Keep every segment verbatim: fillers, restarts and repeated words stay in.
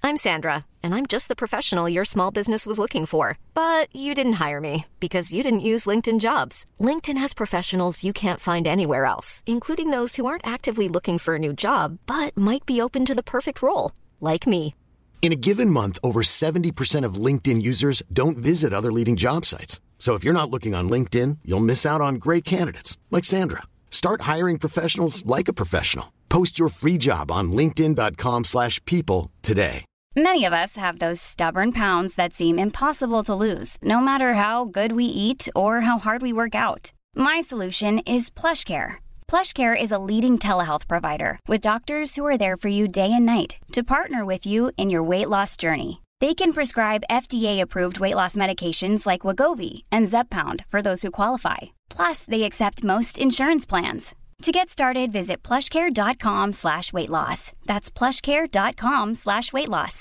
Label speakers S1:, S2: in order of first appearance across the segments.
S1: I'm Sandra, and I'm just the professional your small business was looking for. But you didn't hire me because you didn't use LinkedIn Jobs. LinkedIn has professionals you can't find anywhere else, including those who aren't actively looking for a new job, but might be open to the perfect role, like me.
S2: In a given month, over seventy percent of LinkedIn users don't visit other leading job sites. So if you're not looking on LinkedIn, you'll miss out on great candidates like Sandra. Start hiring professionals like a professional. Post your free job on linkedin.com slash people today.
S3: Many of us have those stubborn pounds that seem impossible to lose, no matter how good we eat or how hard we work out. My solution is PlushCare. PlushCare is a leading telehealth provider with doctors who are there for you day and night to partner with you in your weight loss journey. They can prescribe F D A-approved weight loss medications like Wegovy and Zepbound for those who qualify. Plus, they accept most insurance plans. To get started, visit plushcare.com slash weight loss. That's plushcare.com slash weight loss.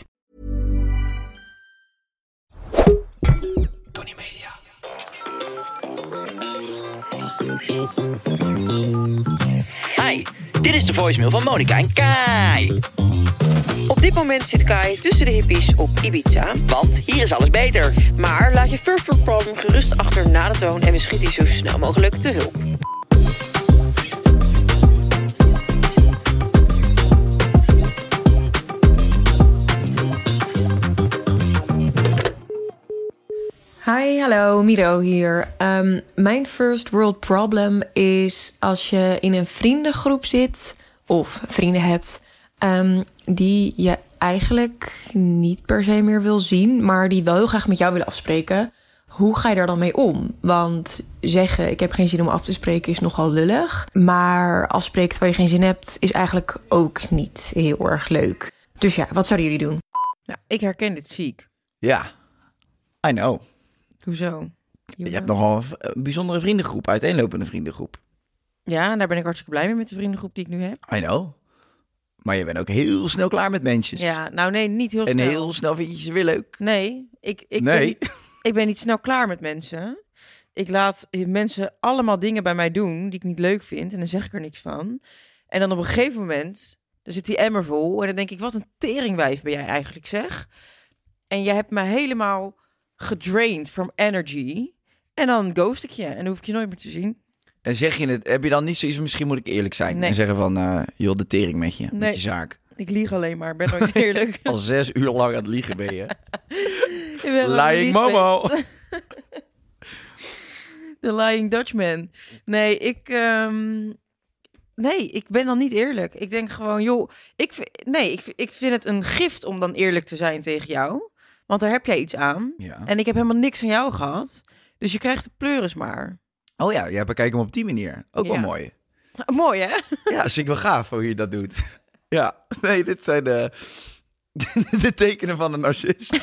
S4: Tony Media. Hi, dit is de voicemail van Monica en Kai.
S5: Op dit moment zit Kai tussen de hippies op Ibiza.
S4: Want hier is alles beter.
S5: Maar laat je first world problem gerust achter na de toon en we schieten je zo snel mogelijk te hulp.
S6: Hi, hallo, Miro hier. Um, mijn first world problem is als je in een vriendengroep zit of vrienden hebt um, die je eigenlijk niet per se meer wil zien, maar die wel heel graag met jou willen afspreken. Hoe ga je daar dan mee om? Want zeggen, ik heb geen zin om af te spreken, is nogal lullig. Maar afspreken terwijl je geen zin hebt, is eigenlijk ook niet heel erg leuk. Dus ja, wat zouden jullie doen?
S7: Nou, ik herken dit ziek.
S8: Ja, I know.
S7: Hoezo?
S8: Je hebt nogal een bijzondere vriendengroep, uiteenlopende vriendengroep.
S7: Ja, en daar ben ik hartstikke blij mee met de vriendengroep die ik nu heb.
S8: I know. Maar je bent ook heel snel klaar met mensjes.
S7: Ja, nou nee, niet heel
S8: en
S7: snel.
S8: En heel snel vind je ze weer leuk.
S7: Nee, ik, ik,
S8: nee.
S7: Ben niet, ik ben niet snel klaar met mensen. Ik laat mensen allemaal dingen bij mij doen die ik niet leuk vind. En dan zeg ik er niks van. En dan op een gegeven moment, dan zit die emmer vol. En dan denk ik, wat een teringwijf ben jij eigenlijk, zeg. En jij hebt me helemaal gedrained from energy. En dan ghost ik je. En dan hoef ik je nooit meer te zien.
S8: En zeg je het, heb je dan niet zoiets, misschien moet ik eerlijk zijn.
S7: Nee.
S8: En zeggen van, uh, joh, de tering met je,
S7: nee.
S8: met je zaak.
S7: Ik lieg alleen maar, ben nooit eerlijk.
S8: Al zes uur lang aan het liegen ben je.
S7: je
S8: lying Momo.
S7: De lying Dutchman. Nee, ik... Um... Nee, ik ben dan niet eerlijk. Ik denk gewoon, joh... Ik v- nee, ik, v- ik vind het een gift om dan eerlijk te zijn tegen jou. Want daar heb jij iets aan.
S8: Ja.
S7: En ik heb helemaal niks aan jou gehad. Dus je krijgt de pleuris maar.
S8: Oh ja, jij bekijkt hem op die manier. Ook
S7: ja.
S8: wel mooi.
S7: Mooi, hè?
S8: Ja, is ik wel gaaf hoe je dat doet. Ja, nee, dit zijn de, de tekenen van een narcist.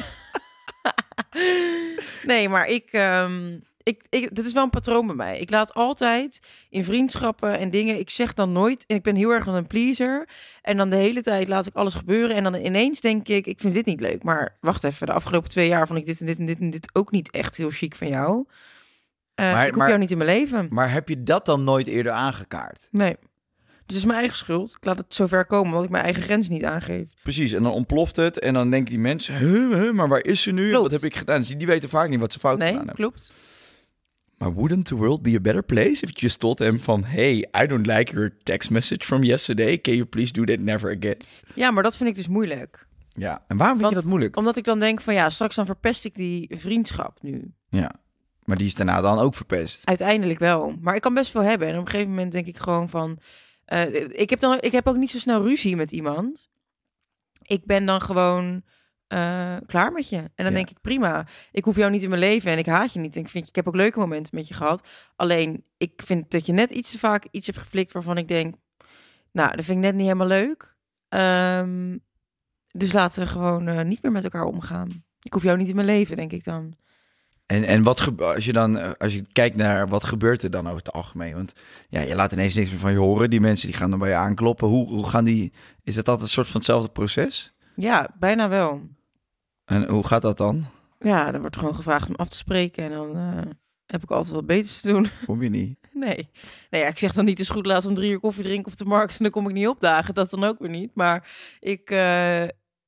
S7: Nee, maar ik, um, ik, ik... Dit is wel een patroon bij mij. Ik laat altijd in vriendschappen en dingen... Ik zeg dan nooit... En ik ben heel erg dan een pleaser. En dan de hele tijd laat ik alles gebeuren. En dan ineens denk ik... Ik vind dit niet leuk. Maar wacht even. De afgelopen twee jaar vond ik dit en dit en dit en dit ook niet echt heel chic van jou. Uh,
S8: maar,
S7: ik hoef
S8: maar,
S7: jou niet in mijn leven.
S8: Maar heb je dat dan nooit eerder aangekaart?
S7: Nee. Dus het is mijn eigen schuld. Ik laat het zover komen omdat ik mijn eigen grenzen niet aangeef.
S8: Precies, en dan ontploft het. En dan denken die mensen, huh, huh, maar waar is ze nu?
S7: Klopt.
S8: Wat heb ik gedaan? Dus die weten vaak niet wat ze fout
S7: nee,
S8: gedaan hebben.
S7: Nee, klopt.
S8: Maar wouldn't the world be a better place if you just told them van... Hey, I don't like your text message from yesterday. Can you please do that never again?
S7: Ja, maar dat vind ik dus moeilijk.
S8: Ja, en waarom vind
S7: Want,
S8: je dat moeilijk?
S7: Omdat ik dan denk van ja, straks dan verpest ik die vriendschap nu.
S8: Ja, maar die is daarna dan ook verpest.
S7: Uiteindelijk wel. Maar ik kan best veel hebben. En op een gegeven moment denk ik gewoon van... Uh, ik, heb dan, ik heb ook niet zo snel ruzie met iemand. Ik ben dan gewoon uh, klaar met je. En dan ja. denk ik, prima. Ik hoef jou niet in mijn leven en ik haat je niet. En ik, vind, ik heb ook leuke momenten met je gehad. Alleen, ik vind dat je net iets te vaak iets hebt geflikt waarvan ik denk... Nou, dat vind ik net niet helemaal leuk. Um, dus laten we gewoon uh, niet meer met elkaar omgaan. Ik hoef jou niet in mijn leven, denk ik dan.
S8: En, en wat gebe- als je dan, als je kijkt naar wat gebeurt er dan over het algemeen? Want ja, je laat ineens niks meer van je horen. Die mensen die gaan dan bij je aankloppen. Hoe, hoe gaan die? Is dat altijd een soort van hetzelfde proces?
S7: Ja, bijna wel.
S8: En hoe gaat dat dan?
S7: Ja, er wordt gewoon gevraagd om af te spreken en dan uh, heb ik altijd wat beters te doen.
S8: Kom je niet?
S7: Nee. Nee, ja, ik zeg dan niet, het is goed, laten we om drie uur koffie drinken op de markt en dan kom ik niet opdagen. Dat dan ook weer niet. Maar ik, uh,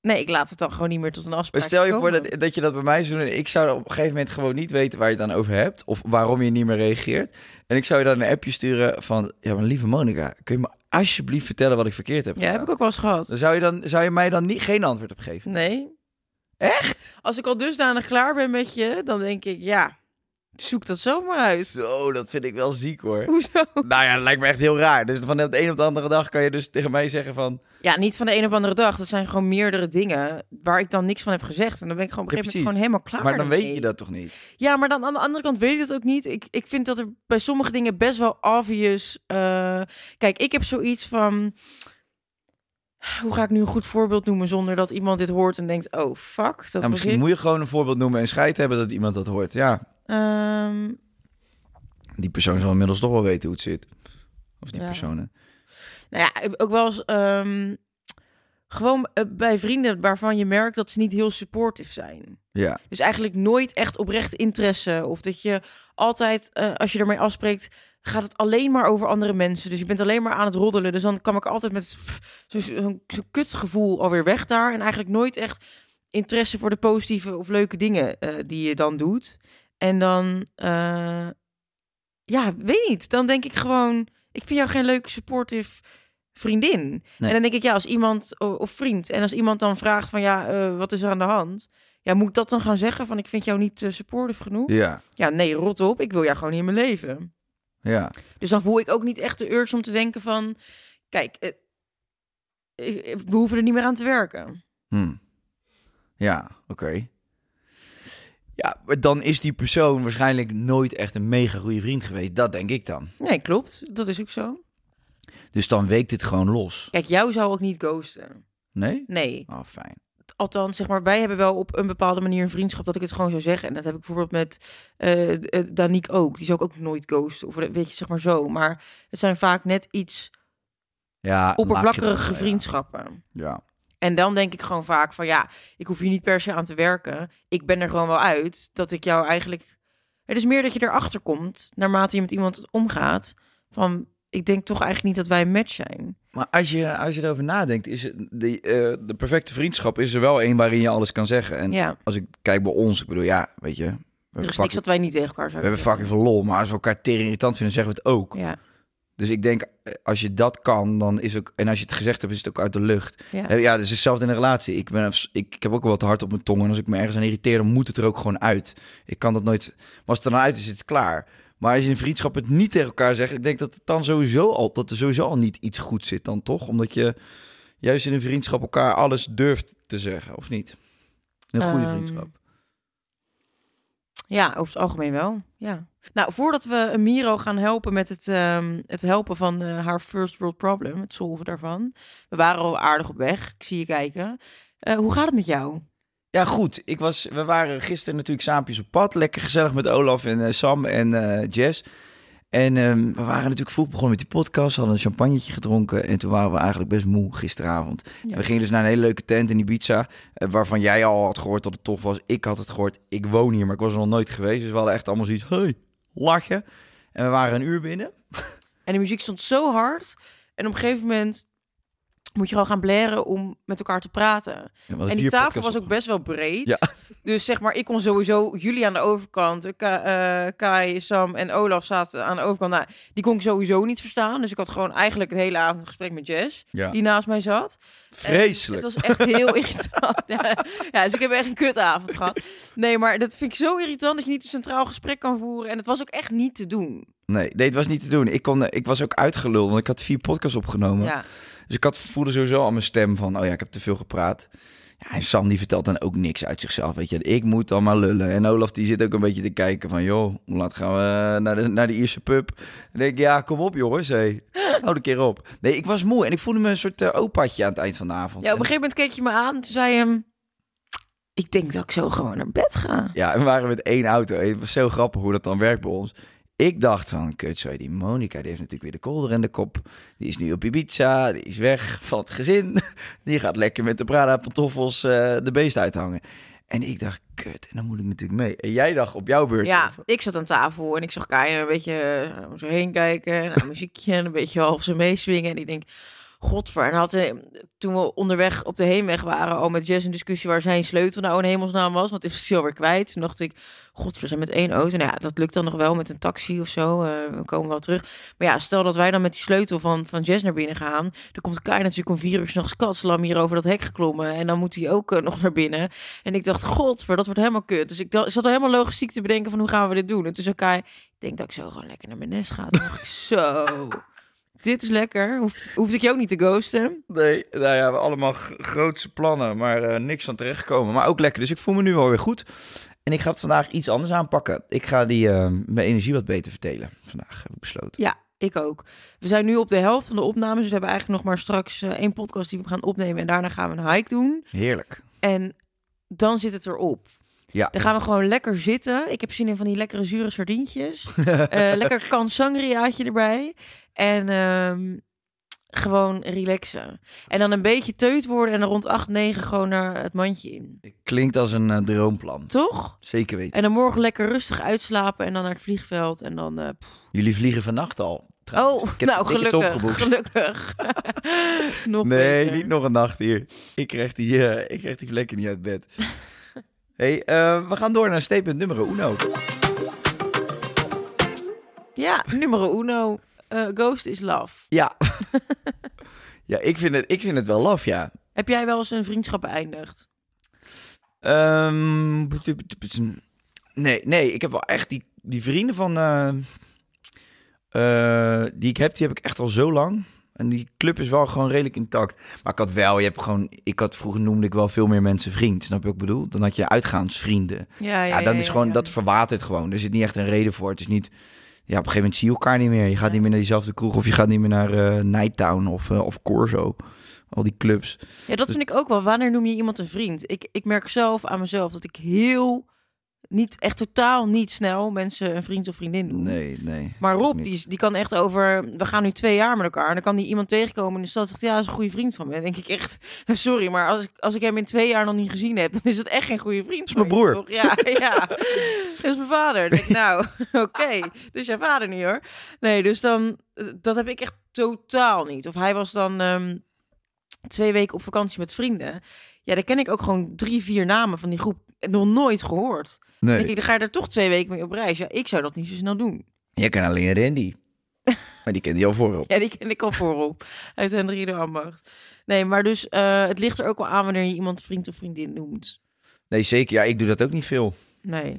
S7: Nee, ik laat het dan gewoon niet meer tot een afspraak
S8: Maar stel je
S7: komen.
S8: voor dat, dat je dat bij mij zou doen en ik zou op een gegeven moment gewoon niet weten waar je het dan over hebt of waarom je niet meer reageert. En ik zou je dan een appje sturen van, ja, maar lieve Monica, kun je me alsjeblieft vertellen wat ik verkeerd heb
S7: Ja,
S8: gedaan?
S7: heb ik ook wel eens gehad.
S8: Dan zou je, dan, zou je mij dan niet, geen antwoord op geven?
S7: Nee.
S8: Echt?
S7: Als ik al dusdanig klaar ben met je, dan denk ik, ja, zoek dat zomaar uit.
S8: Zo, dat vind ik wel ziek hoor.
S7: Hoezo?
S8: Nou ja, dat lijkt me echt heel raar. Dus van de een op de andere dag kan je dus tegen mij zeggen van...
S7: Ja, niet van de een op de andere dag. Dat zijn gewoon meerdere dingen waar ik dan niks van heb gezegd. En dan ben ik gewoon op een
S8: Ja,
S7: gegeven moment gewoon helemaal klaar
S8: Maar dan weet
S7: ermee.
S8: je dat toch niet?
S7: Ja, maar dan aan de andere kant weet ik dat ook niet. Ik, ik vind dat er bij sommige dingen best wel obvious... Uh... Kijk, ik heb zoiets van... Hoe ga ik nu een goed voorbeeld noemen zonder dat iemand dit hoort en denkt... Oh, fuck. Dat
S8: Nou, misschien
S7: ik.
S8: moet je gewoon een voorbeeld noemen en scheid hebben dat iemand dat hoort. Ja,
S7: Um,
S8: die persoon zal inmiddels toch wel weten hoe het zit. Of die
S7: Ja.
S8: personen.
S7: nou ja, ook wel eens... Um, gewoon uh, bij vrienden waarvan je merkt dat ze niet heel supportive zijn.
S8: Ja,
S7: Dus eigenlijk nooit echt oprecht interesse. Of dat je altijd, uh, als je ermee afspreekt, gaat het alleen maar over andere mensen. Dus je bent alleen maar aan het roddelen. Dus dan kwam ik altijd met pff, zo'n zo, zo kutgevoel alweer weg daar. En eigenlijk nooit echt interesse voor de positieve of leuke dingen uh, die je dan doet. En dan, uh, ja, weet niet. Dan denk ik gewoon, ik vind jou geen leuke supportive vriendin.
S8: Nee.
S7: En dan denk ik, ja, als iemand, of vriend. En als iemand dan vraagt van, ja, uh, wat is er aan de hand? Ja, moet ik dat dan gaan zeggen van, ik vind jou niet uh, supportive genoeg?
S8: ja,
S7: Ja, nee, rot op. Ik wil jou gewoon niet in mijn leven.
S8: ja.
S7: Dus dan voel ik ook niet echt de urge om te denken van... Kijk, eh, eh, we hoeven er niet meer aan te werken.
S8: Hm. Ja, oké. Okay. Ja, maar dan is die persoon waarschijnlijk nooit echt een mega goede vriend geweest. Dat denk ik dan.
S7: Nee, klopt. Dat is ook zo.
S8: Dus dan weekt het gewoon los.
S7: Kijk, jou zou ook niet ghosten.
S8: Nee?
S7: Nee.
S8: Oh, fijn.
S7: Althans, zeg maar, wij hebben wel op een bepaalde manier een vriendschap dat ik het gewoon zou zeggen. En dat heb ik bijvoorbeeld met uh, Danique ook. Die zou ik ook nooit ghosten. Of weet je, zeg maar zo. Maar het zijn vaak net iets
S8: Ja,
S7: oppervlakkige
S8: dan,
S7: vriendschappen.
S8: Ja. ja.
S7: En dan denk ik gewoon vaak van ja, ik hoef hier niet per se aan te werken. Ik ben er gewoon wel uit dat ik jou eigenlijk... Het is meer dat je erachter komt, naarmate je met iemand omgaat, van ik denk toch eigenlijk niet dat wij een match zijn.
S8: Maar als je, als je erover nadenkt, is het de, uh, de perfecte vriendschap is er wel één waarin je alles kan zeggen. En
S7: ja.
S8: als ik kijk bij ons, ik bedoel, ja, weet je...
S7: Er is
S8: fucking,
S7: niks wat wij niet tegen elkaar
S8: we
S7: zouden
S8: hebben fucking veel lol, maar als we elkaar tering irritant vinden, zeggen we het ook.
S7: Ja.
S8: Dus ik denk, als je dat kan, dan is ook... En als je het gezegd hebt, is het ook uit de lucht.
S7: Ja,
S8: Ja, dat is hetzelfde in een relatie. Ik, ben, ik, ik heb ook wel wat hard op mijn tong. En als ik me ergens aan irriteer, dan moet het er ook gewoon uit. Ik kan dat nooit... Maar als het er dan uit is, is het klaar. Maar als je in vriendschap het niet tegen elkaar zegt... Ik denk dat het dan sowieso al... Dat er sowieso al niet iets goed zit dan, toch? Omdat je juist in een vriendschap elkaar alles durft te zeggen. Of niet? Een goede
S7: um,
S8: vriendschap.
S7: Ja, over het algemeen wel. Ja. Nou, voordat we Miro gaan helpen met het, um, het helpen van uh, haar first world problem, het solven daarvan. We waren al aardig op weg. Ik zie je kijken. Uh, hoe gaat het met jou?
S8: Ja, goed. Ik was, we waren gisteren natuurlijk saampjes op pad. Lekker gezellig met Olaf en uh, Sam en uh, Jess. En um, we waren natuurlijk vroeg begonnen met die podcast. Hadden een champagnetje gedronken. En toen waren we eigenlijk best moe gisteravond. Ja. We gingen dus naar een hele leuke tent in Ibiza. Uh, waarvan jij al had gehoord dat het tof was. Ik had het gehoord. Ik woon hier, maar ik was er nog nooit geweest. Dus we hadden echt allemaal zoiets. Hey, lachen. En we waren een uur binnen.
S7: En de muziek stond zo hard. En op een gegeven moment moet je gewoon gaan blaren om met elkaar te praten. Ja, en die tafel was ook best wel breed. Ja. Dus zeg maar, ik kon sowieso... Jullie aan de overkant, Ka- uh, Kai, Sam en Olaf zaten aan de overkant. Nou, die kon ik sowieso niet verstaan. Dus ik had gewoon eigenlijk een hele avond een gesprek met Jess, ja. die naast mij zat.
S8: Vreselijk.
S7: En het was echt heel irritant. Ja, ja, dus ik heb echt een kutavond gehad. Nee, maar dat vind ik zo irritant dat je niet een centraal gesprek kan voeren. En het was ook echt niet te doen.
S8: Nee, nee, het was niet te doen. Ik, kon, ik was ook uitgeluld, want ik had vier podcasts opgenomen.
S7: Ja.
S8: Dus ik had, voelde sowieso al mijn stem van, oh ja, ik heb te veel gepraat. Ja, en Sam die vertelt dan ook niks uit zichzelf, weet je. Ik moet dan maar lullen. En Olaf die zit ook een beetje te kijken van, joh, hoe laat gaan we naar de, naar de Ierse pub? En denk ik, ja, kom op jongens, hé. Hou de keer op. Nee, ik was moe en ik voelde me een soort uh, opaatje aan het eind van de avond.
S7: Ja, op een gegeven moment keek je me aan en toen zei je, ik denk dat ik zo gewoon naar bed ga.
S8: Ja, en we waren met één auto. Het was zo grappig hoe dat dan werkt bij ons. Ik dacht van, kut, sorry, die Monica, die heeft natuurlijk weer de kolder in de kop. Die is nu op Ibiza, die is weg van het gezin. Die gaat lekker met de Prada pantoffels uh, de beest uithangen. En ik dacht, kut, en dan moet ik natuurlijk mee. En jij dacht op jouw beurt.
S7: Ja, ik zat aan tafel en ik zag Kai een beetje uh, om zo heen kijken. En een muziekje en een beetje half zo meeswingen. En ik denk, godver. En had hij, toen we onderweg op de heenweg waren, al met Jess een discussie waar zijn sleutel nou in hemelsnaam was. Want is hij alweer kwijt. Toen dacht ik, godver, we zijn met één auto. Nou ja, dat lukt dan nog wel met een taxi of zo. Uh, we komen wel terug. Maar ja, stel dat wij dan met die sleutel van, van Jess naar binnen gaan. Dan komt Kai natuurlijk om vier uur 's nachts katslam hier over dat hek geklommen. En dan moet hij ook uh, nog naar binnen. En ik dacht, godver, dat wordt helemaal kut. Dus ik dacht, zat al helemaal logistiek te bedenken van hoe gaan we dit doen. En toen zei Kai, ik denk dat ik zo gewoon lekker naar mijn nest ga. Toen dacht ik, zo... Dit is lekker. Hoeft, hoefde ik je ook niet te ghosten?
S8: Nee, nou ja, we hebben allemaal g- grootse plannen, maar uh, niks van terechtgekomen. Maar ook lekker, dus ik voel me nu wel weer goed. En ik ga het vandaag iets anders aanpakken. Ik ga die, uh, mijn energie wat beter vertelen. Vandaag heb ik besloten.
S7: Ja, ik ook. We zijn nu op de helft van de opnames. Dus we hebben eigenlijk nog maar straks uh, één podcast die we gaan opnemen. En daarna gaan we een hike doen.
S8: Heerlijk.
S7: En dan zit het erop.
S8: Ja.
S7: Dan gaan we gewoon lekker zitten. Ik heb zin in van die lekkere zure sardientjes. uh, lekker kan sangriaatje erbij. En um, gewoon relaxen. En dan een beetje teut worden en dan rond acht, negen gewoon naar het mandje in.
S8: Klinkt als een uh, droomplan.
S7: Toch?
S8: Zeker weten.
S7: En dan morgen lekker rustig uitslapen en dan naar het vliegveld. En dan... Uh,
S8: Jullie vliegen vannacht al. Trouwens.
S7: Oh,
S8: heb,
S7: nou gelukkig. Gelukkig. nog
S8: nee,
S7: beter.
S8: niet nog een nacht hier. Ik krijg die, uh, ik krijg die vlekken niet uit bed. Hey, uh, we gaan door naar statement nummer uno.
S7: Ja, nummer uno. Uh, ghost is love.
S8: Ja. ja, ik vind, het, ik vind het wel love, ja.
S7: Heb jij wel eens een vriendschap beëindigd?
S8: Um, nee, nee, ik heb wel echt die, die vrienden van... Uh, uh, die ik heb, die heb ik echt al zo lang. En die club is wel gewoon redelijk intact. Maar ik had wel, je hebt gewoon... Ik had vroeger noemde ik wel veel meer mensen vriend. Snap je wat ik bedoel? Dan had je uitgaansvrienden.
S7: Ja, ja,
S8: ja, dat
S7: ja,
S8: is gewoon...
S7: ja.
S8: Dat verwatert gewoon. Er zit niet echt een reden voor. Het is niet... Ja, op een gegeven moment zie je elkaar niet meer. Je gaat ja. niet meer naar diezelfde kroeg. Of je gaat niet meer naar uh, Nighttown of, uh, of Corso. Al die clubs.
S7: Ja, dat dus... vind ik ook wel. Wanneer noem je iemand een vriend? Ik, ik merk zelf aan mezelf dat ik heel... Niet, echt totaal niet snel mensen een vriend of vriendin doen.
S8: Nee, nee.
S7: Maar Rob, die, die kan echt over... We gaan nu twee jaar met elkaar. En dan kan die iemand tegenkomen in de stad. Zegt, ja, dat is een goede vriend van me. Dan denk ik echt... Sorry, maar als ik, als ik hem in twee jaar nog niet gezien heb... dan is het echt geen goede vriend.
S8: Dat is mijn broer.
S7: Toch? Ja, ja. Dat is mijn vader. Dan denk ik, nou, oké. Okay. Dus jouw vader niet, hoor. Nee, dus dan... Dat heb ik echt totaal niet. Of hij was dan um, twee weken op vakantie met vrienden. Ja, dan ken ik ook gewoon drie, vier namen van die groep. Nog nooit gehoord. Nee. Dan denk ik, dan ga je er toch twee weken mee op reis. Ja, ik zou dat niet zo snel doen.
S8: Je kan alleen Randy. Maar die kende je al voorop.
S7: Ja, die ken ik al voorop. Uit Hendrik de Ambacht. Nee, maar dus uh, het ligt er ook wel aan wanneer je iemand vriend of vriendin noemt.
S8: Nee, zeker. Ja, ik doe dat ook niet veel.
S7: Nee.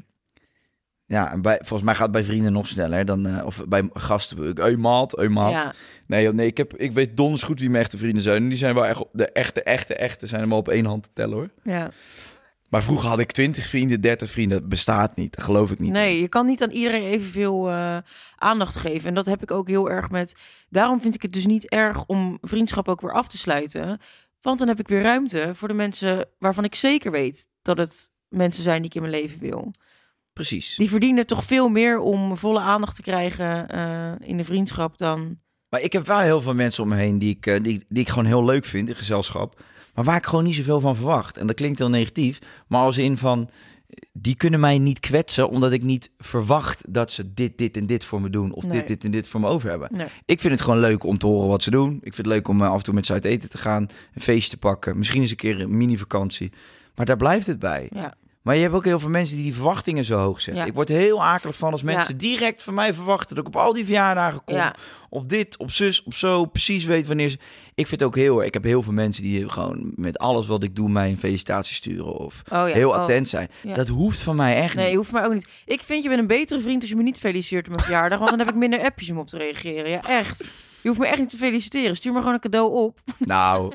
S8: Ja, en bij, volgens mij gaat het bij vrienden nog sneller dan... Uh, of bij gasten. Hey maat, hey maat.
S7: Ja.
S8: Nee, nee ik, heb, ik weet donders goed wie mijn echte vrienden zijn. En die zijn wel echt... De echte, echte, echte zijn er maar op één hand te tellen, hoor.
S7: Ja.
S8: Maar vroeger had ik twintig vrienden, dertig vrienden. Dat bestaat niet, dat geloof ik niet.
S7: Nee, je kan niet aan iedereen evenveel uh, aandacht geven. En dat heb ik ook heel erg met... Daarom vind ik het dus niet erg om vriendschap ook weer af te sluiten. Want dan heb ik weer ruimte voor de mensen waarvan ik zeker weet... dat het mensen zijn die ik in mijn leven wil.
S8: Precies.
S7: Die verdienen toch veel meer om volle aandacht te krijgen uh, in de vriendschap dan...
S8: Maar ik heb wel heel veel mensen om me heen die ik, uh, die, die ik gewoon heel leuk vind in gezelschap... Maar waar ik gewoon niet zoveel van verwacht. En dat klinkt heel negatief. Maar als in van... Die kunnen mij niet kwetsen... omdat ik niet verwacht dat ze dit, dit en dit voor me doen. Of
S7: nee.
S8: dit, dit en dit voor me over hebben.
S7: Nee.
S8: Ik vind het gewoon leuk om te horen wat ze doen. Ik vind het leuk om uh, af en toe met ze uit eten te gaan. Een feestje te pakken. Misschien eens een keer een mini-vakantie. Maar daar blijft het bij.
S7: Ja.
S8: Maar je hebt ook heel veel mensen die die verwachtingen zo hoog zetten.
S7: Ja.
S8: Ik word heel akelig van als mensen
S7: ja.
S8: direct van mij verwachten... dat ik op al die verjaardagen kom.
S7: Ja.
S8: Op dit, op zus, op zo. Precies weet wanneer ze... Ik vind het ook heel... Ik heb heel veel mensen die gewoon met alles wat ik doe... mij een felicitatie sturen of
S7: oh ja.
S8: heel
S7: oh.
S8: attent zijn.
S7: Ja.
S8: Dat hoeft van mij echt
S7: nee,
S8: niet.
S7: Nee, hoeft mij ook niet. Ik vind je bent een betere vriend als je me niet feliciteert op mijn verjaardag. Want dan heb ik minder appjes om op te reageren. Ja, echt. Je hoeft me echt niet te feliciteren. Stuur me gewoon een cadeau op.
S8: Nou...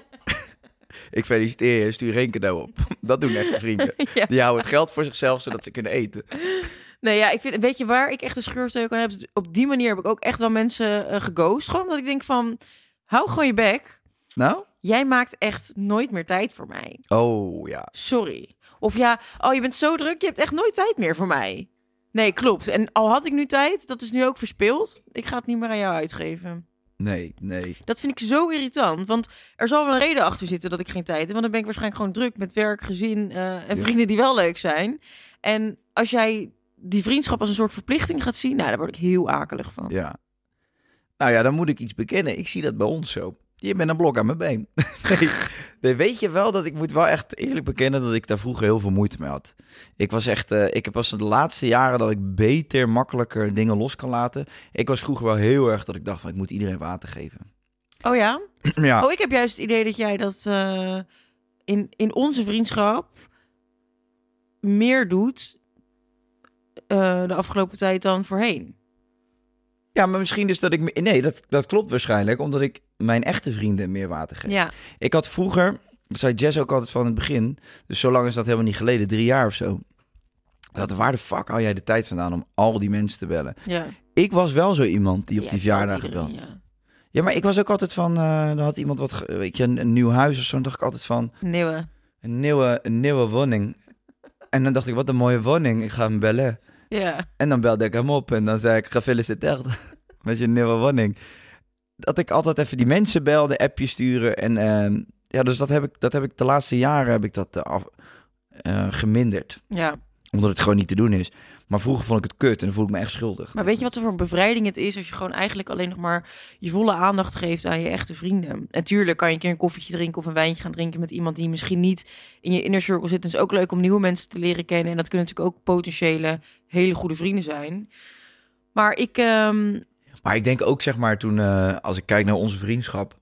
S8: Ik feliciteer je, stuur geen cadeau op. Dat doen echte vrienden.
S7: Ja.
S8: Die houden het geld voor zichzelf, zodat ze kunnen eten.
S7: Nee, ja, ik vind, weet je waar ik echt een scheursteuk aan heb? Op die manier heb ik ook echt wel mensen uh, geghost. Gewoon omdat ik denk van, hou gewoon je bek.
S8: Nou?
S7: Jij maakt echt nooit meer tijd voor mij.
S8: Oh, ja.
S7: Sorry. Of ja, oh, je bent zo druk, je hebt echt nooit tijd meer voor mij. Nee, klopt. En al had ik nu tijd, dat is nu ook verspild. Ik ga het niet meer aan jou uitgeven.
S8: Nee, nee.
S7: Dat vind ik zo irritant. Want er zal wel een reden achter zitten dat ik geen tijd heb. Want dan ben ik waarschijnlijk gewoon druk met werk, gezin uh, en
S8: ja.
S7: vrienden die wel leuk zijn. En als jij die vriendschap als een soort verplichting gaat zien... nou, daar word ik heel akelig van.
S8: Ja. Nou ja, dan moet ik iets bekennen. Ik zie dat bij ons zo. Je bent een blok aan mijn been. nee, nee, weet je wel dat ik moet wel echt eerlijk bekennen dat ik daar vroeger heel veel moeite mee had. Ik was echt, uh, ik heb pas de laatste jaren dat ik beter, makkelijker dingen los kan laten. Ik was vroeger wel heel erg dat ik dacht van ik moet iedereen water geven.
S7: Oh ja?
S8: ja.
S7: Oh, ik heb juist het idee dat jij dat uh, in, in onze vriendschap meer doet uh, de afgelopen tijd dan voorheen.
S8: Ja, maar misschien dus dat ik... Nee, dat, dat klopt waarschijnlijk, omdat ik mijn echte vrienden meer water geef.
S7: Ja.
S8: Ik had vroeger, dat zei Jess ook altijd van het begin, dus zo lang is dat helemaal niet geleden, drie jaar of zo. Dat, waar de fuck hou jij de tijd vandaan om al die mensen te bellen?
S7: Ja.
S8: Ik was wel zo iemand die op
S7: ja,
S8: die verjaardagen belde.
S7: Ja.
S8: ja, maar ik was ook altijd van, uh, dan had iemand wat, weet je, een, een nieuw huis of zo, dan dacht ik altijd van...
S7: Nieuwe.
S8: Een nieuwe, een nieuwe woning. En dan dacht ik, wat een mooie woning, ik ga hem bellen.
S7: Ja.
S8: En dan belde ik hem op en dan zei ik, gefeliciteerd met je nieuwe woning. Dat ik altijd even die mensen belde, appjes sturen. En uh, ja, dus dat heb ik, dat heb ik de laatste jaren heb ik dat uh, af, uh, geminderd.
S7: Ja.
S8: Omdat het gewoon niet te doen is. Maar vroeger vond ik het kut en dan voel ik me echt schuldig.
S7: Maar weet je wat er voor bevrijding het is als je gewoon eigenlijk alleen nog maar je volle aandacht geeft aan je echte vrienden? En tuurlijk kan je een keer een koffietje drinken of een wijntje gaan drinken met iemand die misschien niet in je inner circle zit. Het is ook leuk om nieuwe mensen te leren kennen. En dat kunnen natuurlijk ook potentiële hele goede vrienden zijn. Maar ik... Um...
S8: Maar ik denk ook, zeg maar, toen, uh, als ik kijk naar onze vriendschap.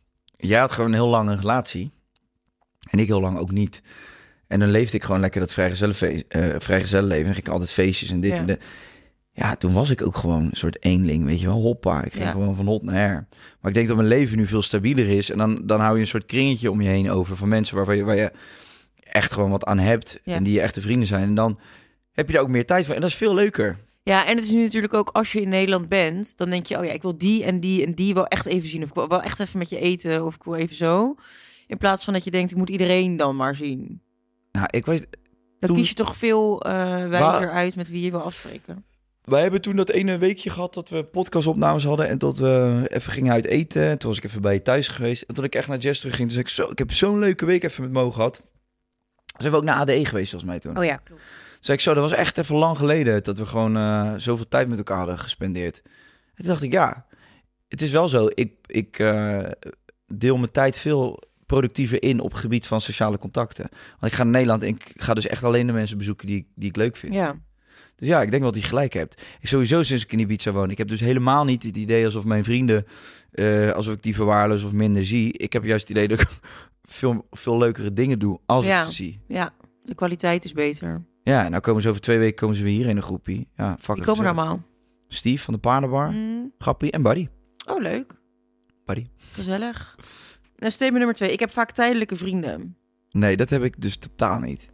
S8: Jij had gewoon heel lang een relatie. En ik heel lang ook niet. En dan leefde ik gewoon lekker dat vrijgezellenleven. Uh, vrijgezellenleven. En ging ik altijd feestjes en dit
S7: ja.
S8: en dat. Ja, toen was ik ook gewoon een soort eenling, weet je wel. Hoppa, ik ging
S7: ja.
S8: gewoon van hot naar her. Maar ik denk dat mijn leven nu veel stabieler is. En dan, dan hou je een soort kringetje om je heen over van mensen waarvan je, waar je echt gewoon wat aan hebt. Ja. En die je echte vrienden zijn. En dan heb je er ook meer tijd voor. En dat is veel leuker.
S7: Ja, en het is nu natuurlijk ook als je in Nederland bent, dan denk je, oh ja, ik wil die en die en die wel echt even zien. Of ik wil wel echt even met je eten, of ik wil even zo. In plaats van dat je denkt, ik moet iedereen dan maar zien.
S8: Nou, ik weet...
S7: Dan
S8: toen...
S7: kies je toch veel uh, wijzer Waar... uit met wie je wil afspreken.
S8: Wij hebben toen dat ene weekje gehad dat we podcastopnames hadden en dat we even gingen uit eten. Toen was ik even bij je thuis geweest. En toen ik echt naar Jess terug ging, toen zei ik zo, ik heb zo'n leuke week even met Mo gehad. Toen zijn we ook naar A D E geweest volgens mij toen.
S7: Oh ja, klopt.
S8: Zei ik zo, dat was echt even lang geleden dat we gewoon uh, zoveel tijd met elkaar hadden gespendeerd. En toen dacht ik, ja, het is wel zo. Ik, ik uh, deel mijn tijd veel productiever in op het gebied van sociale contacten. Want ik ga naar Nederland en ik ga dus echt alleen de mensen bezoeken die, die ik leuk vind.
S7: Ja.
S8: Dus ja, ik denk wel dat je gelijk hebt. Ik sowieso sinds ik in Ibiza woon. Ik heb dus helemaal niet het idee alsof mijn vrienden, uh, alsof ik die verwaarloos of minder zie. Ik heb juist het idee dat ik veel, veel leukere dingen doe als
S7: ja.
S8: ik ze zie.
S7: Ja, de kwaliteit is beter.
S8: Ja, en nou komen ze over twee weken komen ze weer hier in een groepie. Ja,
S7: die komen er allemaal.
S8: Steve van de Paardenbar, mm. Gappie en Buddy.
S7: Oh, leuk.
S8: Buddy.
S7: Gezellig. Nou, statement nummer twee. Ik heb vaak tijdelijke vrienden.
S8: Nee, dat heb ik dus totaal niet.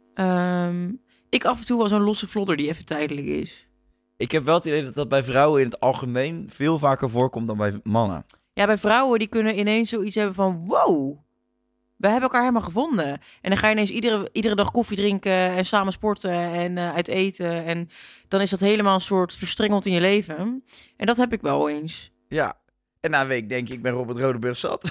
S7: Um, ik af en toe wel zo'n losse vlodder die even tijdelijk is.
S8: Ik heb wel het idee dat dat bij vrouwen in het algemeen veel vaker voorkomt dan bij mannen.
S7: Ja, bij vrouwen die kunnen ineens zoiets hebben van wow, we hebben elkaar helemaal gevonden. En dan ga je ineens iedere, iedere dag koffie drinken en samen sporten en uh, uit eten. En dan is dat helemaal een soort verstrengeld in je leven. En dat heb ik wel eens.
S8: Ja, en na een week denk ik, ik ben Robert Rodeburg zat.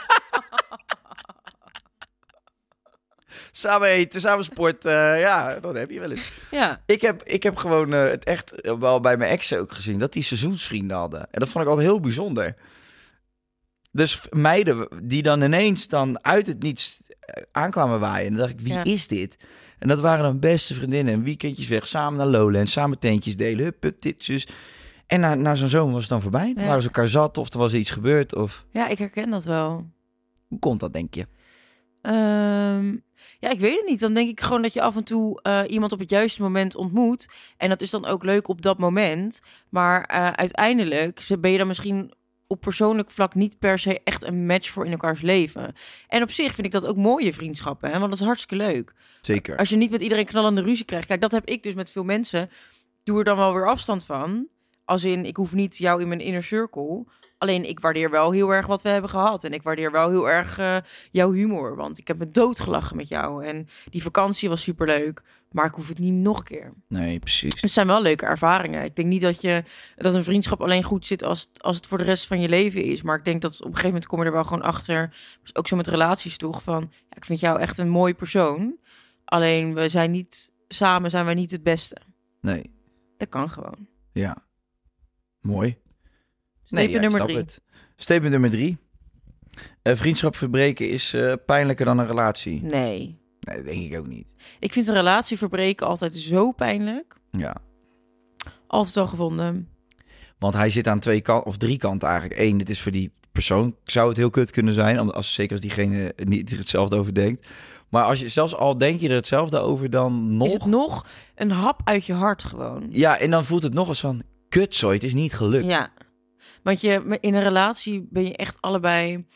S8: Samen eten, samen sporten, uh, ja, dat heb je wel eens.
S7: Ja.
S8: Ik heb, ik heb gewoon uh, het echt wel bij mijn exen ook gezien, dat die seizoensvrienden hadden. En dat vond ik altijd heel bijzonder. Dus meiden die dan ineens dan uit het niets aankwamen waaien. En dan dacht ik, wie ja. is dit? En dat waren dan beste vriendinnen. En weekendjes weg, samen naar Lowlands, samen tentjes delen. Hup, hup, dit, zus. En na, na zo'n zomer was het dan voorbij. Dan ja. waren ze elkaar zat of er was iets gebeurd. Of...
S7: Ja, ik herken dat wel.
S8: Hoe komt dat, denk je?
S7: Um, ja, ik weet het niet. Dan denk ik gewoon dat je af en toe uh, iemand op het juiste moment ontmoet. En dat is dan ook leuk op dat moment. Maar uh, uiteindelijk ben je dan misschien op persoonlijk vlak niet per se echt een match voor in elkaars leven. En op zich vind ik dat ook mooie vriendschappen, hè? Want dat is hartstikke leuk.
S8: Zeker.
S7: Als je niet met iedereen knallende ruzie krijgt. Kijk, dat heb ik dus met veel mensen. Doe er dan wel weer afstand van. Als in, ik hoef niet jou in mijn inner circle. Alleen, ik waardeer wel heel erg wat we hebben gehad. En ik waardeer wel heel erg uh, jouw humor. Want ik heb me doodgelachen met jou. En die vakantie was superleuk. Maar ik hoef het niet nog een keer.
S8: Nee, precies.
S7: Het zijn wel leuke ervaringen. Ik denk niet dat, je, dat een vriendschap alleen goed zit als, als het voor de rest van je leven is. Maar ik denk dat op een gegeven moment kom je er wel gewoon achter. Ook zo met relaties toch. Van, ja, ik vind jou echt een mooi persoon. Alleen, we zijn niet, samen zijn wij niet het beste.
S8: Nee.
S7: Dat kan gewoon.
S8: Ja. Mooi.
S7: Statement
S8: nee, ja,
S7: nummer drie.
S8: Het. Statement nummer drie. Uh, vriendschap verbreken is uh, pijnlijker dan een relatie.
S7: Nee.
S8: Nee, dat denk ik ook niet.
S7: Ik vind een relatie verbreken altijd zo pijnlijk.
S8: Ja.
S7: Altijd al gevonden.
S8: Want hij zit aan twee kanten, of drie kanten eigenlijk. Eén, het is voor die persoon, zou het heel kut kunnen zijn. Als, zeker als diegene niet hetzelfde over denkt. Maar als je zelfs al denk je er hetzelfde over, dan nog...
S7: Is het nog een hap uit je hart gewoon.
S8: Ja, en dan voelt het nog eens van, kutzooi, het is niet gelukt.
S7: Ja, want je, in een relatie ben je echt allebei,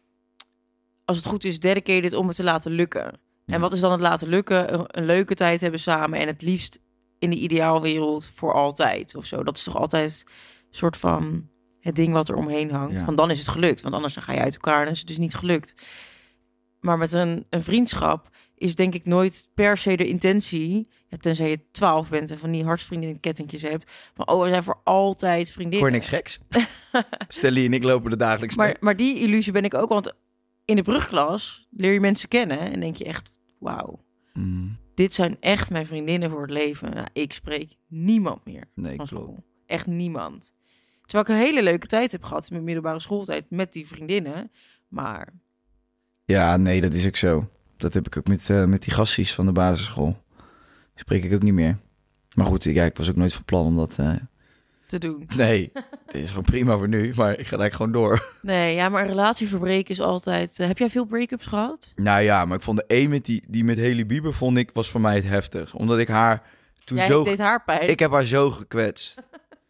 S7: als het goed is, dedicated om het te laten lukken. Ja. En wat is dan het laten lukken? Een, een leuke tijd hebben samen en het liefst in de ideaalwereld voor altijd of zo. Dat is toch altijd een soort van het ding wat er omheen hangt.
S8: Ja.
S7: Van dan is het gelukt, want anders dan ga je uit elkaar en is het dus niet gelukt. Maar met een, een vriendschap is denk ik nooit per se de intentie, ja, tenzij je twaalf bent en van die hartsvriendinnen-kettingjes hebt, van oh, we zijn voor altijd vriendinnen.
S8: Hoor niks geks. Stellie en ik lopen er dagelijks mee.
S7: Maar, maar die illusie ben ik ook, want in de brugklas leer je mensen kennen en denk je echt, wauw,
S8: mm.
S7: dit zijn echt mijn vriendinnen voor het leven. Nou, ik spreek niemand meer
S8: nee,
S7: van
S8: klopt.
S7: school. Echt niemand. Terwijl ik een hele leuke tijd heb gehad in mijn middelbare schooltijd met die vriendinnen, maar...
S8: Ja, nee, dat is ook zo. Dat heb ik ook met, uh, met die gasties van de basisschool. Spreek ik ook niet meer. Maar goed, ja, ik was ook nooit van plan om dat... Uh...
S7: te doen.
S8: Nee, het is gewoon prima voor nu, maar ik ga eigenlijk gewoon door.
S7: Nee, ja, maar een relatie verbreken is altijd... Uh, heb jij veel break-ups gehad?
S8: Nou ja, maar ik vond de een met die, die met Hailey Bieber, vond ik, was voor mij het heftig. Omdat ik haar toen
S7: jij
S8: zo...
S7: deed haar pijn.
S8: Ik heb haar zo gekwetst.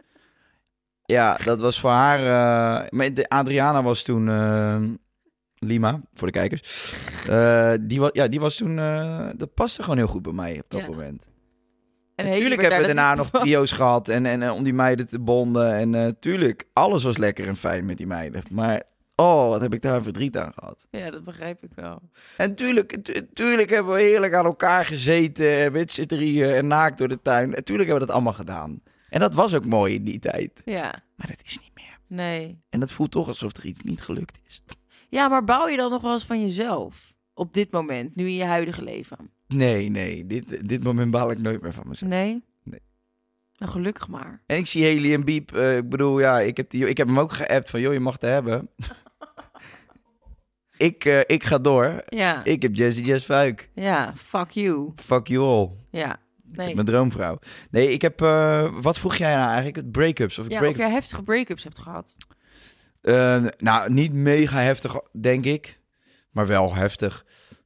S8: Ja, dat was voor haar... Uh... Maar de Adriana was toen... Uh... Lima, voor de kijkers. Uh, die, was, ja, die was toen... Uh, dat paste gewoon heel goed bij mij op dat ja. moment. En natuurlijk hebben we daarna nog trio's gehad en, en uh, om die meiden te bonden. En uh, tuurlijk, alles was lekker en fijn met die meiden. Maar oh, wat heb ik daar een verdriet aan gehad.
S7: Ja, dat begrijp ik wel.
S8: En tuurlijk, tu- tuurlijk hebben we heerlijk aan elkaar gezeten, met z'n drieën en naakt door de tuin. En tuurlijk hebben we dat allemaal gedaan. En dat was ook mooi in die tijd.
S7: Ja.
S8: Maar dat is niet meer.
S7: Nee.
S8: En dat voelt toch alsof er iets niet gelukt is.
S7: Ja, maar bouw je dan nog wel eens van jezelf? Op dit moment, nu in je huidige leven?
S8: Nee, nee. Dit, dit moment baal ik nooit meer van mezelf.
S7: Nee?
S8: Nee.
S7: Nou, gelukkig maar.
S8: En ik zie Hailey en Biep. Uh, ik bedoel, ja, ik heb, die, ik heb hem ook geappt van, joh, je mag het hebben. ik, uh, ik ga door.
S7: Ja.
S8: Ik heb Jessie Jess Fuik.
S7: Ja, fuck you.
S8: Fuck you all.
S7: Ja. Nee.
S8: Mijn droomvrouw. Nee, ik heb... Uh, wat vroeg jij nou eigenlijk? Break-ups? Of,
S7: ja,
S8: break
S7: of jij heftige break-ups hebt gehad.
S8: Uh, nou, niet mega heftig, denk ik. Maar wel heftig.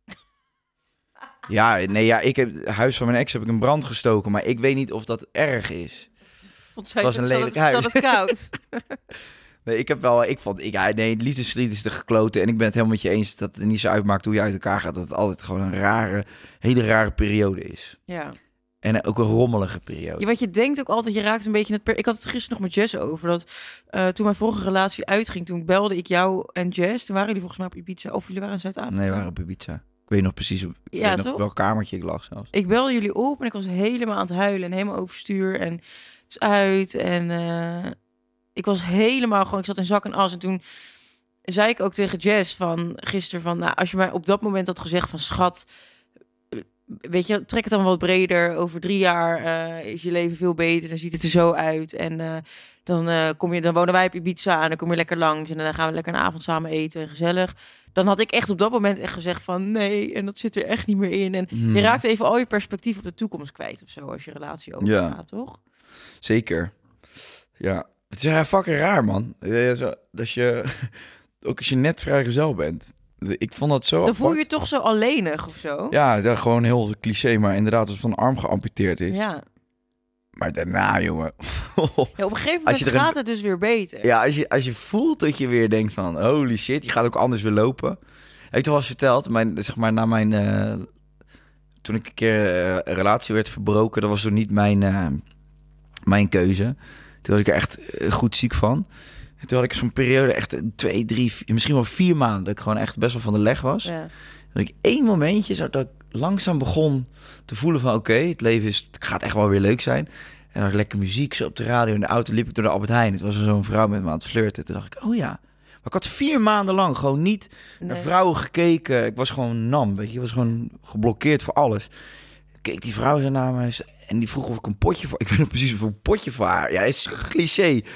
S8: Ja, nee, ja, ik heb het huis van mijn ex heb ik in brand gestoken. Maar ik weet niet of dat erg is.
S7: Het
S8: was een lelijk huis.
S7: Het koud.
S8: Nee, ik heb wel... Ik vond... Ik, ja, nee, het liefdesverdriet is te gekloten. En ik ben het helemaal met je eens dat het niet zo uitmaakt hoe je uit elkaar gaat. Dat het altijd gewoon een rare, hele rare periode is.
S7: Ja.
S8: En ook een rommelige periode.
S7: Ja, wat je denkt ook altijd, je raakt een beetje het... Per- ik had het gisteren nog met Jess over. Dat uh, toen mijn vorige relatie uitging, toen belde ik jou en Jess. Toen waren jullie volgens mij op Ibiza. Of jullie waren in Zuid-Afrika.
S8: Nee, we waren op Ibiza. Ik weet nog precies op, ik
S7: ja,
S8: weet
S7: toch?
S8: nog welk kamertje ik lag zelfs.
S7: Ik belde jullie op en ik was helemaal aan het huilen en helemaal overstuur. En het is uit. En uh, ik was helemaal gewoon... Ik zat in zak en as. En toen zei ik ook tegen Jess van gisteren van... Nou, als je mij op dat moment had gezegd van schat... Weet je, trek het dan wat breder. Over drie jaar uh, is je leven veel beter. Dan ziet het er zo uit. En uh, dan, uh, kom je, dan wonen wij op Ibiza en dan kom je lekker langs. En dan gaan we lekker een avond samen eten en gezellig. Dan had ik echt op dat moment echt gezegd van nee. En dat zit er echt niet meer in. En hmm. je raakt even al je perspectief op de toekomst kwijt of zo. Als je relatie overgaat, ja. toch?
S8: Zeker. Ja, het is ja, fucking raar, man. Als je, ook als je net vrijgezel bent. Ik vond dat zo...
S7: Dan
S8: apart.
S7: voel je je toch zo alleenig of zo?
S8: Ja, dat gewoon heel cliché, maar inderdaad als van een arm geamputeerd is.
S7: Ja.
S8: Maar daarna, jongen...
S7: Ja, op een gegeven moment gaat een... het dus weer beter.
S8: Ja, als je, als je voelt dat je weer denkt van... Holy shit, je gaat ook anders weer lopen. Heb ik toch wel eens verteld, mijn, zeg maar na mijn... Uh, toen ik een keer uh, een relatie werd verbroken, dat was toen niet mijn, uh, mijn keuze. Toen was ik er echt uh, goed ziek van. En toen had ik zo'n periode echt twee, drie, vier, misschien wel vier maanden... dat ik gewoon echt best wel van de leg was.
S7: Ja.
S8: Dat ik één momentje, zo dat ik langzaam begon te voelen van... oké, okay, het leven is, het gaat echt wel weer leuk zijn. En dan had ik lekker muziek, zo op de radio in de auto liep ik door de Albert Heijn. Het was zo'n vrouw met me aan het flirten. Toen dacht ik, oh ja. Maar ik had vier maanden lang gewoon niet nee. naar vrouwen gekeken. Ik was gewoon nam, weet je. Ik was gewoon geblokkeerd voor alles. Ik keek die vrouw zo naar me en die vroeg of ik een potje voor... Ik weet nog precies of een potje voor haar... Ja, is cliché...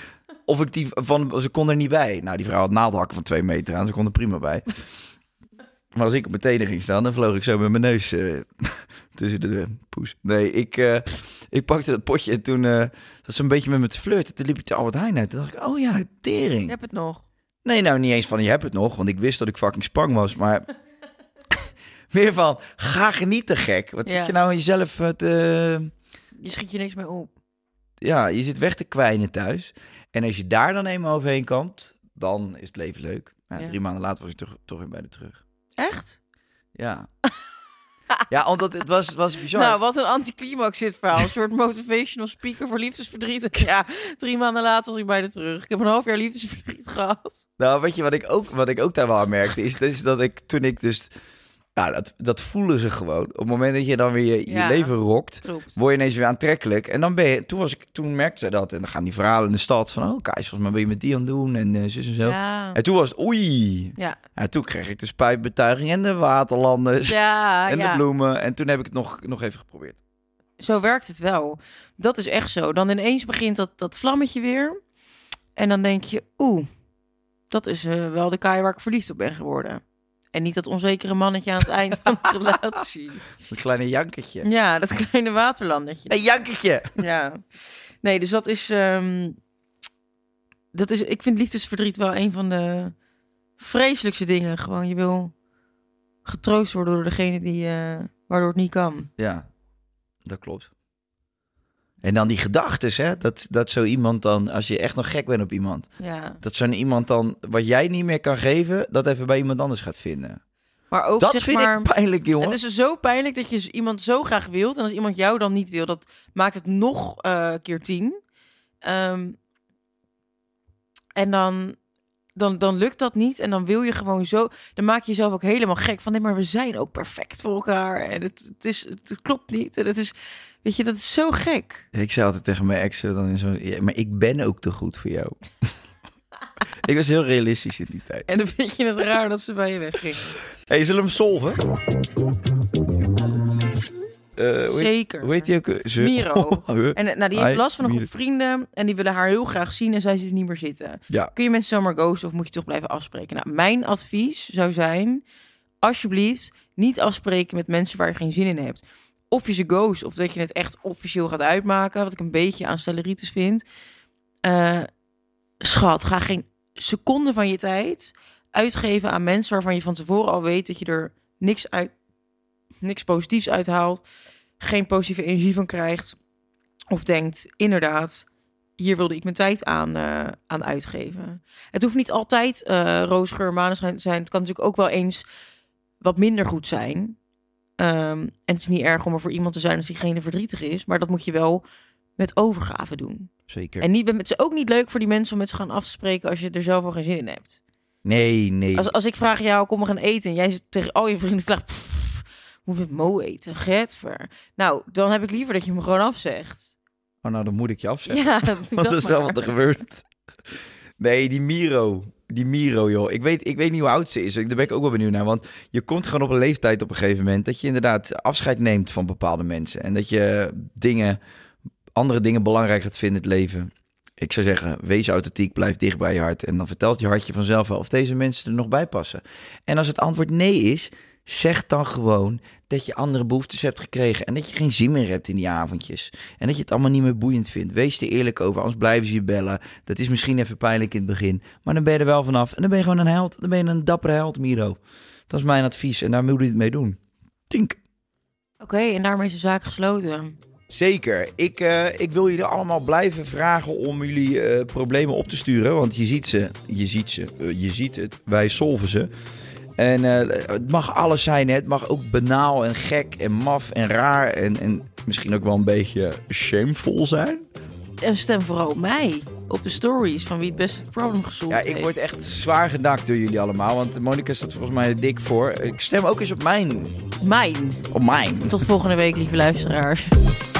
S8: of ik die van... Ze kon er niet bij. Nou, die vrouw had naaldhakken van twee meter aan. Ze kon er prima bij. Maar als ik op mijn tenen ging staan, dan vloog ik zo met mijn neus uh, tussen de uh, poes. Nee, ik, uh, ik pakte dat potje en toen uh, zat ze een beetje met me te flirten. Toen liep ik de Albert Heijn uit. Toen dacht ik, oh ja, tering.
S7: Je hebt het nog.
S8: Nee, nou niet eens van, je hebt het nog. Want ik wist dat ik fucking spang was. Maar meer van, ga genieten, gek. Wat ja. zit je nou jezelf uh, te...
S7: Je schiet je niks mee op.
S8: Ja, je zit weg te kwijnen thuis. En als je daar dan eenmaal overheen komt, dan is het leven leuk. Ja, ja. Drie maanden later was ik toch, toch weer bij de terug.
S7: Echt?
S8: Ja. Ja, omdat het was, het was bizar.
S7: Nou, wat een anticlimax dit verhaal. Een soort motivational speaker voor liefdesverdriet. Ja, drie maanden later was ik bij de terug. Ik heb een half jaar liefdesverdriet gehad.
S8: Nou, weet je wat ik ook, wat ik ook daar wel aan merkte? Is, is dat ik toen ik dus... Nou, dat, dat voelen ze gewoon. Op het moment dat je dan weer je, je ja, leven rokt, klopt. Word je ineens weer aantrekkelijk. En dan ben je... Toen, was ik, toen merkte ze dat. En dan gaan die verhalen in de stad van... Oh, Kajs, volgens mij ben je met die aan het doen. En uh, zus en zo.
S7: Ja.
S8: En toen was het... Oei.
S7: Ja.
S8: En toen kreeg ik de spijtbetuiging en de waterlanders.
S7: Ja,
S8: en
S7: ja.
S8: de bloemen. En toen heb ik het nog, nog even geprobeerd.
S7: Zo werkt het wel. Dat is echt zo. Dan ineens begint dat, dat vlammetje weer. En dan denk je... Oeh, dat is uh, wel de Kai waar ik verliefd op ben geworden. En niet dat onzekere mannetje aan het eind van de relatie.
S8: Dat kleine jankertje.
S7: Ja, dat kleine waterlandertje.
S8: Een jankertje!
S7: Ja. Nee, dus dat is, um, dat is... Ik vind liefdesverdriet wel een van de vreselijkste dingen. Gewoon, je wil getroost worden door degene die, uh, waardoor het niet kan.
S8: Ja, dat klopt. En dan die gedachtes, hè? Dat, dat zo iemand dan, als je echt nog gek bent op iemand,
S7: ja.
S8: dat zo'n iemand dan, wat jij niet meer kan geven, dat even bij iemand anders gaat vinden.
S7: Maar ook,
S8: dat
S7: zeg
S8: vind
S7: maar,
S8: ik pijnlijk, jongen.
S7: Het is zo pijnlijk dat je iemand zo graag wilt. En als iemand jou dan niet wil, dat maakt het nog uh, keer tien. Um, en dan, dan, dan lukt dat niet. En dan wil je gewoon zo... Dan maak je jezelf ook helemaal gek. Van nee, maar we zijn ook perfect voor elkaar. En het, het, is, het klopt niet. En het is... Weet je, dat is zo gek.
S8: Ik zei altijd tegen mijn exen dan in zo, ja, maar ik ben ook te goed voor jou. Ik was heel realistisch in die tijd.
S7: En dan vind je het raar dat ze bij je wegging.
S8: Hey, zullen we hem solven? Uh, hoe
S7: Zeker.
S8: Heet, hoe heet die ook? Ze...
S7: Miro. En nou, die heeft last van een
S8: Miro.
S7: groep vrienden en die willen haar heel graag zien en zij ziet niet meer zitten.
S8: Ja.
S7: Kun je mensen zomaar ghosten of moet je toch blijven afspreken? Nou, mijn advies zou zijn, alsjeblieft niet afspreken met mensen waar je geen zin in hebt. Of je ze ghost, of dat je het echt officieel gaat uitmaken, wat ik een beetje aanstelleritis vind. Uh, schat, ga geen seconde van je tijd uitgeven aan mensen waarvan je van tevoren al weet dat je er niks uit, niks positiefs uithaalt, geen positieve energie van krijgt, of denkt, inderdaad, hier wilde ik mijn tijd aan, uh, aan uitgeven. Het hoeft niet altijd uh, roosgeur, maneschijn te zijn. Het kan natuurlijk ook wel eens wat minder goed zijn. Um, en het is niet erg om er voor iemand te zijn als diegene verdrietig is, maar dat moet je wel met overgave doen.
S8: Zeker.
S7: En niet, het is ook niet leuk voor die mensen om met ze gaan af te spreken als je er zelf al geen zin in hebt.
S8: Nee, nee.
S7: Als, als ik vraag jou, kom we gaan eten en jij zit tegen al je vrienden te lachen, moet met Mo eten, getver. Nou, dan heb ik liever dat je me gewoon afzegt.
S8: Oh, nou, dan moet ik je afzeggen.
S7: Ja, dat,
S8: Want dat is wel wat er gebeurt. Nee, die Miro. Die Miro, joh. Ik weet, ik weet niet hoe oud ze is. Daar ben ik ook wel benieuwd naar. Want je komt gewoon op een leeftijd op een gegeven moment dat je inderdaad afscheid neemt van bepaalde mensen. En dat je dingen, andere dingen belangrijk gaat vinden in het leven. Ik zou zeggen, wees authentiek, blijf dicht bij je hart. En dan vertelt je hartje vanzelf wel of deze mensen er nog bij passen. En als het antwoord nee is, zeg dan gewoon dat je andere behoeftes hebt gekregen en dat je geen zin meer hebt in die avondjes. En dat je het allemaal niet meer boeiend vindt. Wees er eerlijk over, anders blijven ze je bellen. Dat is misschien even pijnlijk in het begin, maar dan ben je er wel vanaf. En dan ben je gewoon een held. Dan ben je een dappere held, Miro. Dat is mijn advies en daar moet je het mee doen. Tink.
S7: Oké, okay, en daarmee is de zaak gesloten.
S8: Zeker. Ik, uh, ik wil jullie allemaal blijven vragen om jullie uh, problemen op te sturen. Want je ziet ze, je ziet ze, uh, je ziet het. Wij solven ze. En uh, het mag alles zijn, hè. Het mag ook banaal en gek en maf en raar en, en misschien ook wel een beetje shameful zijn.
S7: En stem vooral op mij, op de stories van wie het beste het problem gesolved
S8: Ja,
S7: heeft.
S8: ik word echt zwaar gedakt door jullie allemaal, want Monica staat volgens mij er dik voor. Ik stem ook eens op mijn.
S7: Mijn.
S8: Op mijn.
S7: Tot volgende week, lieve luisteraars.